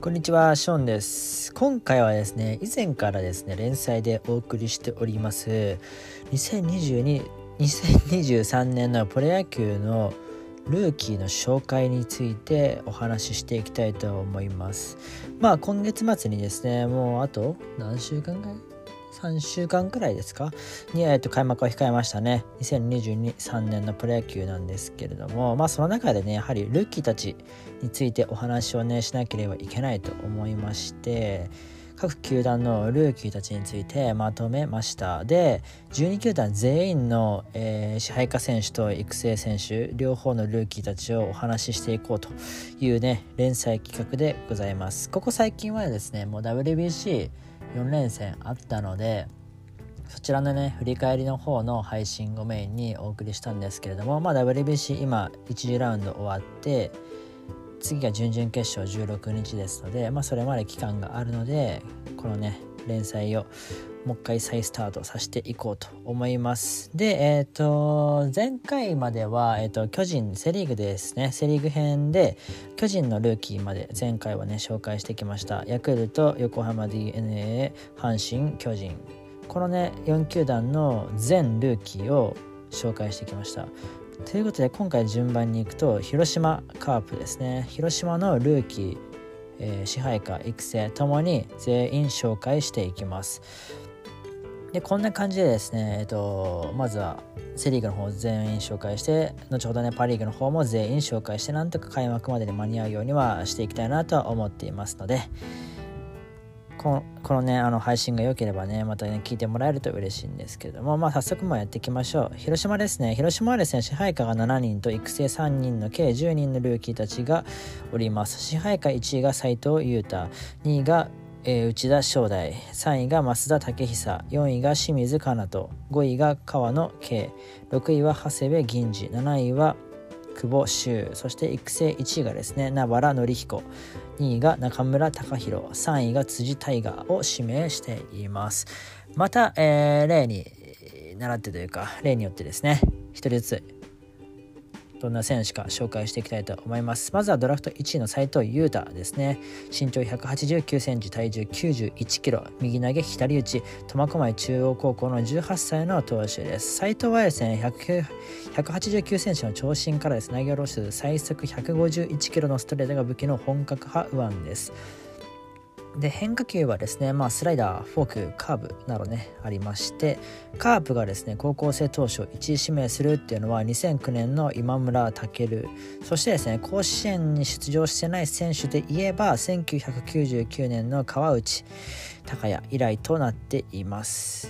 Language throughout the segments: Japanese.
こんにちは、ショーンです。今回はですね、以前からですね、連載でお送りしております2023年のプロ野球のルーキーの紹介についてお話ししていきたいと思います。今月末にですね、もうあと何週間ぐらい3週間くらいですかに、開幕を控えましたね。2023年のプロ野球なんですけれども、その中でね、やはりルーキーたちについてお話をねしなければいけないと思いまして、各球団のルーキーたちについてまとめました。で、12球団全員の、支配下選手と育成選手両方のルーキーたちをお話ししていこうというね連載企画でございます。ここ最近はですね、もう WBC4 連戦あったので、そちらのね振り返りの方の配信をメインにお送りしたんですけれども、WBC 今1次ラウンド終わって、次が準々決勝16日ですので、それまで期間があるので、このね連載をもう一回再スタートさせていこうと思います。で、前回までは、巨人セリーグですね、セリーグ編で巨人のルーキーまで前回はね紹介してきました。ヤクルト、横浜 DNA、阪神、巨人、このね4球団の全ルーキーを紹介してきました。ということで、今回順番に行くと、広島カープですね、広島のルーキー、支配下育成ともに全員紹介していきます。で、こんな感じでですね、まずはセリーグの方全員紹介して、後ほどねパリーグの方も全員紹介して、なんとか開幕までに間に合うようにはしていきたいなとは思っていますので、このね配信が良ければねまたね聞いてもらえると嬉しいんですけれども、早速やっていきましょう。広島ですね。広島はですね、支配下が7人と育成3人の計10人のルーキーたちがおります。支配下1位が斉藤裕太、2位が内田翔大、3位が増田武久、4位が清水奏人、5位が川野圭、6位は長谷部銀次、7位は久保修、そして育成1位がですね名原紀彦、2位が中村隆弘、3位が辻大河を指名しています。また、例に倣ってというか、例によってですね、一人ずつどんな選手か紹介していきたいと思います。まずはドラフト1位の斉藤裕太ですね。身長189センチ、体重91キロ、右投げ左打ち、苫小牧中央高校の18歳の投手です。斉藤はですね、189センチの長身からですね、投げ下ろす最速151キロのストレートが武器の本格派右腕です。で、変化球はですね、スライダー、フォーク、カーブなどねありまして、カープがですね高校生投手を1位指名するっていうのは2009年の今村翔、そしてですね甲子園に出場してない選手で言えば1999年の川内孝也以来となっています。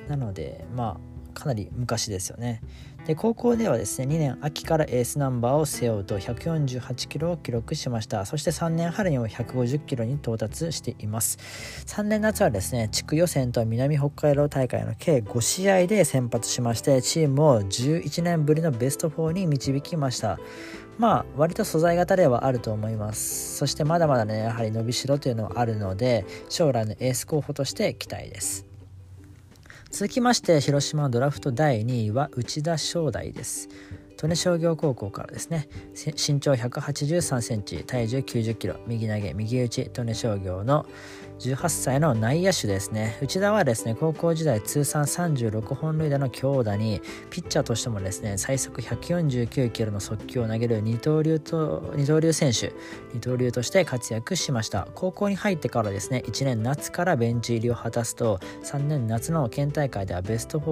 なのでかなり昔ですよね。で、高校ではですね2年秋からエースナンバーを背負うと148キロを記録しました。そして3年春にも150キロに到達しています。3年夏はですね地区予選と南北海道大会の計5試合で先発しまして、チームを11年ぶりのベスト4に導きました。割と素材型ではあると思います。そしてまだまだねやはり伸びしろというのはあるので、将来のエース候補として期待です。続きまして、広島のドラフト第2位は内田翔大です。利根商業高校からですね、身長183センチ、体重90キロ、右投げ右打ち、利根商業の18歳の内野手ですね。内田はですね高校時代通算36本塁打の強打に、ピッチャーとしてもですね最速149キロの速球を投げる二刀流選手、二刀流として活躍しました。高校に入ってからですね1年夏からベンチ入りを果たすと、3年夏の県大会ではベスト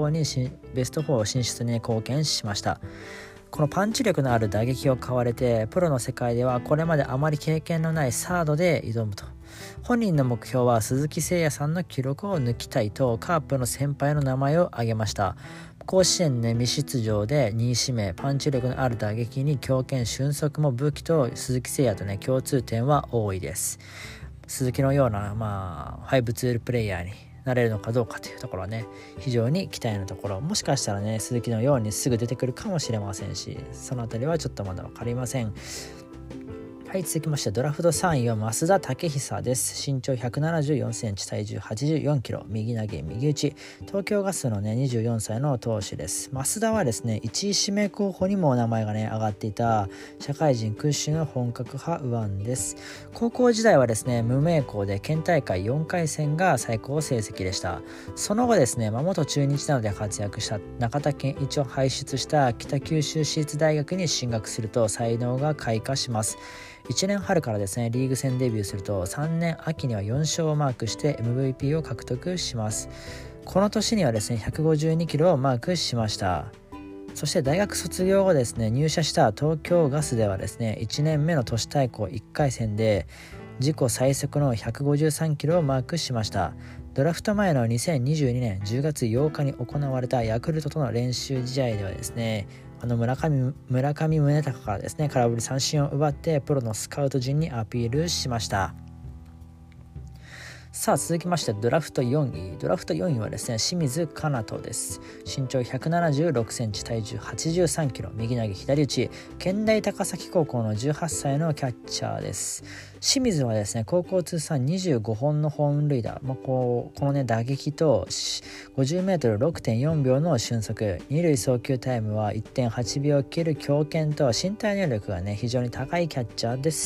4進出に貢献しました。このパンチ力のある打撃を買われて、プロの世界ではこれまであまり経験のないサードで挑むと。本人の目標は鈴木誠也さんの記録を抜きたいと、カープの先輩の名前を挙げました。甲子園で未出場で2位指名、パンチ力のある打撃に強肩、俊足も武器と、鈴木誠也とね共通点は多いです。鈴木のような5ツールプレイヤーになれるのかどうかというところはね非常に期待のところ、もしかしたらね鈴木のようにすぐ出てくるかもしれませんし、そのあたりはちょっとまだ分かりません。 はい、続きましてドラフト3位は増田武久です。身長174センチ、体重84キロ、右投げ右打ち、東京ガスのね24歳の投手です。増田はですね、1位指名候補にも名前がね上がっていた社会人屈指の本格派右腕です。高校時代はですね、無名校で県大会4回戦が最高成績でした。その後ですね、元中日などで活躍した中田健一を輩出した北九州市立大学に進学すると才能が開花します。1年春からですね、リーグ戦デビューすると3年秋には4勝をマークして MVP を獲得します。この年にはですね、152キロをマークしました。そして大学卒業後ですね、入社した東京ガスではですね、1年目の都市対抗1回戦で自己最速の153キロをマークしました。ドラフト前の2022年10月8日に行われたヤクルトとの練習試合ではですね、村上宗隆からですね、空振り三振を奪ってプロのスカウト陣にアピールしました。さあ続きましてドラフト4位はですね、清水奏斗です。身長176センチ、体重83キロ、右投げ左打ち、県大高崎高校の18歳のキャッチャーです。清水はですね、高校通算25本の本塁打、このね打撃と 50m6.4 秒の俊足、二塁送球タイムは 1.8 秒を切る強肩と身体能力がね非常に高いキャッチャーです。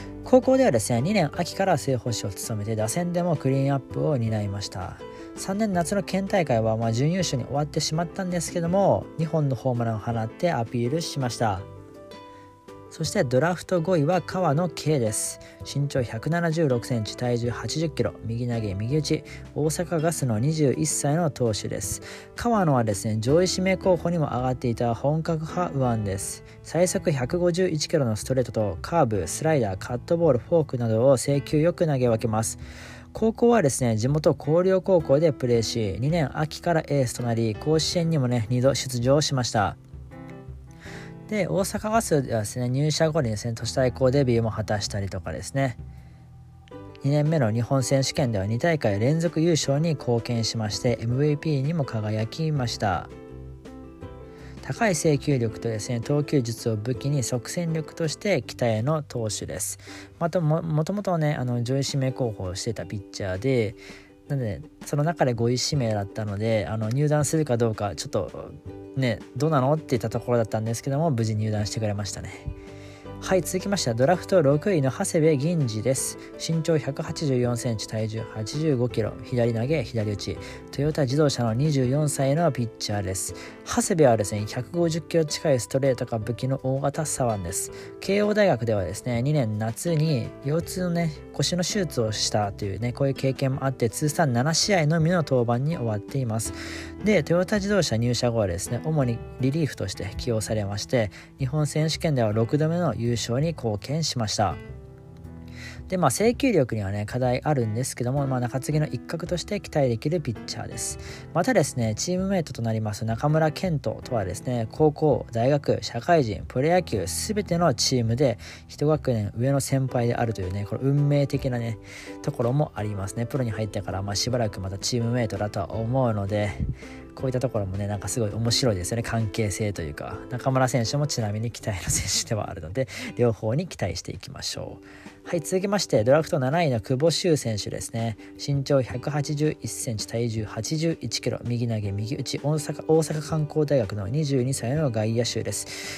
高校ではですね、2年秋から正捕手を務めて打線でもクリーンアップを担いました。3年夏の県大会は準優勝に終わってしまったんですけども、2本のホームランを放ってアピールしました。そしてドラフト5位は川野圭です。身長176センチ、体重80キロ、右投げ右打ち、大阪ガスの21歳の投手です。川野はですね、上位指名候補にも上がっていた本格派右腕です。最速151キロのストレートとカーブ、スライダー、カットボール、フォークなどを制球よく投げ分けます。高校はですね、地元広陵高校でプレーし、2年秋からエースとなり、甲子園にもね2度出場しました。で、大阪ガスではですね、入社後にですね、都市対抗デビューも果たしたりとかですね、2年目の日本選手権では2大会連続優勝に貢献しまして MVP にも輝きました。高い制球力とですね、投球術を武器に即戦力として期待の投手です。もともとね、上位指名候補をしていたピッチャーで、なのでその中で5位指名だったので、入団するかどうかちょっとねどうなのって言ったところだったんですけども、無事入団してくれましたね。はい、続きましてはドラフト6位の長谷部銀次です。身長184センチ、体重85キロ、左投げ左打ち、トヨタ自動車の24歳のピッチャーです。長谷部はですね、150キロ近いストレートが武器の大型左腕です。慶応大学ではですね、2年夏に腰痛のね腰の手術をしたというね、こういう経験もあって通算7試合のみの登板に終わっています。で、トヨタ自動車入社後はですね、主にリリーフとして起用されまして、日本選手権では6度目の優勝に貢献しました。で、制球力にはね課題あるんですけども、中継ぎの一角として期待できるピッチャーです。またですね、チームメイトとなります中村健人とはですね、高校、大学、社会人、プロ野球すべてのチームで一学年上の先輩であるというね、これ運命的なねところもありますね。プロに入ってからしばらくまたチームメイトだとは思うので、こういったところもねなんかすごい面白いですよね。関係性というか、中村選手もちなみに期待の選手ではあるので、両方に期待していきましょう。はい、続きましてドラフト7位の久保修選手ですね。身長181センチ、体重81キロ、右投げ右打ち、大阪観光大学の22歳の外野手です。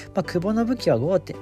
久保の武器は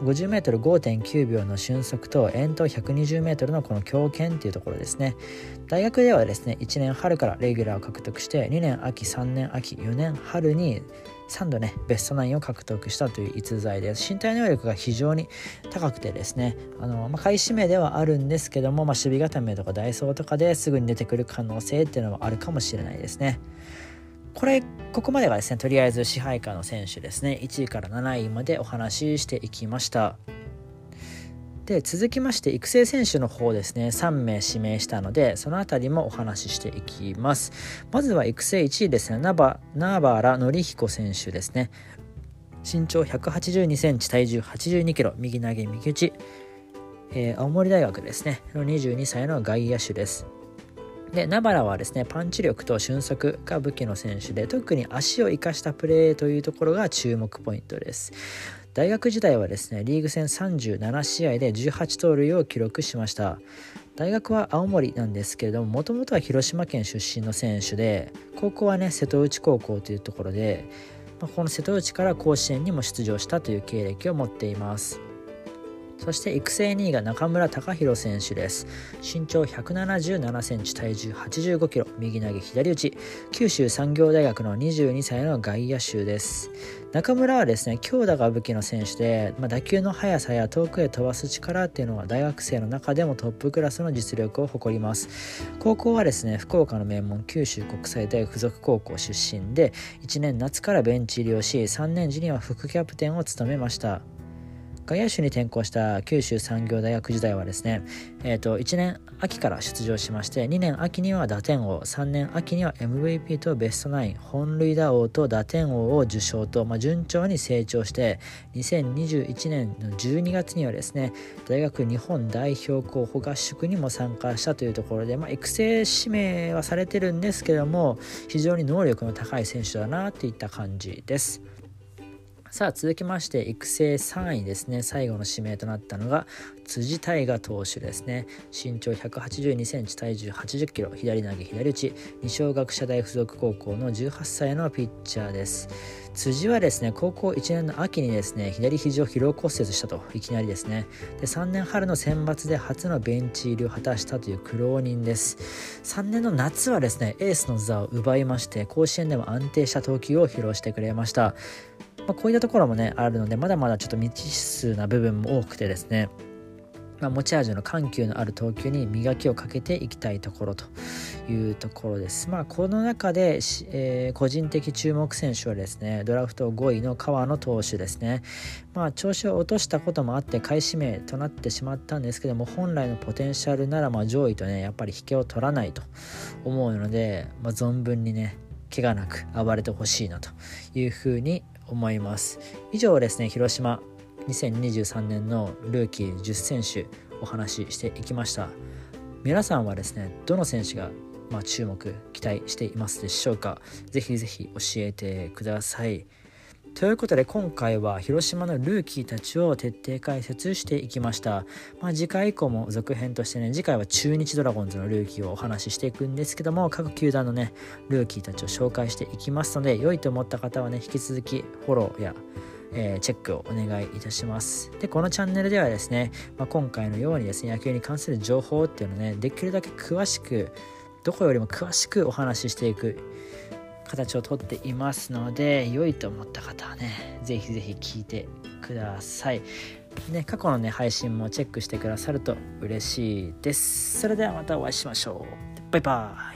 50m5.9 秒の俊足と遠投 120m のこの強肩っていうところですね。大学ではですね、1年春からレギュラーを獲得して、2年秋、3年秋、4年春に3度ねベストナインを獲得したという逸材です。身体能力が非常に高くてですね、下位指名ではあるんですけども、守備固めとかダイソーとかですぐに出てくる可能性っていうのはあるかもしれないですね。ここまでがですね、とりあえず支配下の選手ですね、1位から7位までお話ししていきました。で、続きまして育成選手の方ですね、3名指名したので、そのあたりもお話ししていきます。まずは育成1位ですね、ナバラ紀彦選手ですね。身長182センチ、体重82キロ、右投げ右打ち、青森大学ですねの22歳の外野手です。で、ナバラはですね、パンチ力と俊足が武器の選手で、特に足を生かしたプレーというところが注目ポイントです。 大学時代はですねリーグ戦37試合で18盗塁を記録しました。大学は青森なんですけれども、もともとは広島県出身の選手で、高校はね瀬戸内高校というところで、この瀬戸内から甲子園にも出場したという経歴を持っています。そして育成2位が中村隆弘選手です。身長177センチ、体重85キロ、右投げ左打ち、九州産業大学の22歳の外野手です。中村はですね強打が武器の選手で、打球の速さや遠くへ飛ばす力っていうのは大学生の中でもトップクラスの実力を誇ります。高校はですね福岡の名門九州国際大附属高校出身で、1年夏からベンチ入りをし、3年時には副キャプテンを務めました。外野手に転向した九州産業大学時代はですね、1年秋から出場しまして、2年秋には打点王、3年秋には MVP とベストナイン、本塁打王と打点王を受賞と、順調に成長して、2021年の12月にはですね大学日本代表候補合宿にも参加したというところで、育成指名はされてるんですけども、非常に能力の高い選手だなといった感じです。さあ続きまして育成3位ですね、最後の指名となったのが辻大雅投手ですね。身長182センチ、体重80キロ、左投げ左打ち、二松学舎大附属高校の18歳のピッチャーです。辻はですね高校1年の秋にですね左肘を疲労骨折したと、いきなりですね。で3年春の選抜で初のベンチ入りを果たしたという苦労人です。3年の夏はですねエースの座を奪いまして、甲子園でも安定した投球を披露してくれました。こういったところもねあるので、まだまだちょっと未知数な部分も多くてですね、持ち味の緩急のある投球に磨きをかけていきたいところというところです。この中で、個人的注目選手はですねドラフト5位の川野投手ですね。調子を落としたこともあって下位指名となってしまったんですけども、本来のポテンシャルなら上位とねやっぱり引けを取らないと思うので、存分にね怪我なく暴れてほしいなというふうに思います。以上ですね広島2023年のルーキー10選手お話ししていきました。皆さんはですねどの選手が注目期待していますでしょうか。ぜひぜひ教えてください。ということで今回は広島のルーキーたちを徹底解説していきました。次回以降も続編としてね、次回は中日ドラゴンズのルーキーをお話ししていくんですけども、各球団のねルーキーたちを紹介していきますので、良いと思った方はね引き続きフォローやチェックをお願いいたします。でこのチャンネルではですね、今回のようにですね野球に関する情報っていうのをねできるだけ詳しく、どこよりも詳しくお話ししていく形をとっていますので、良いと思った方はねぜひぜひ聞いてくださいね。過去のね配信もチェックしてくださると嬉しいです。それではまたお会いしましょう。バイバイ。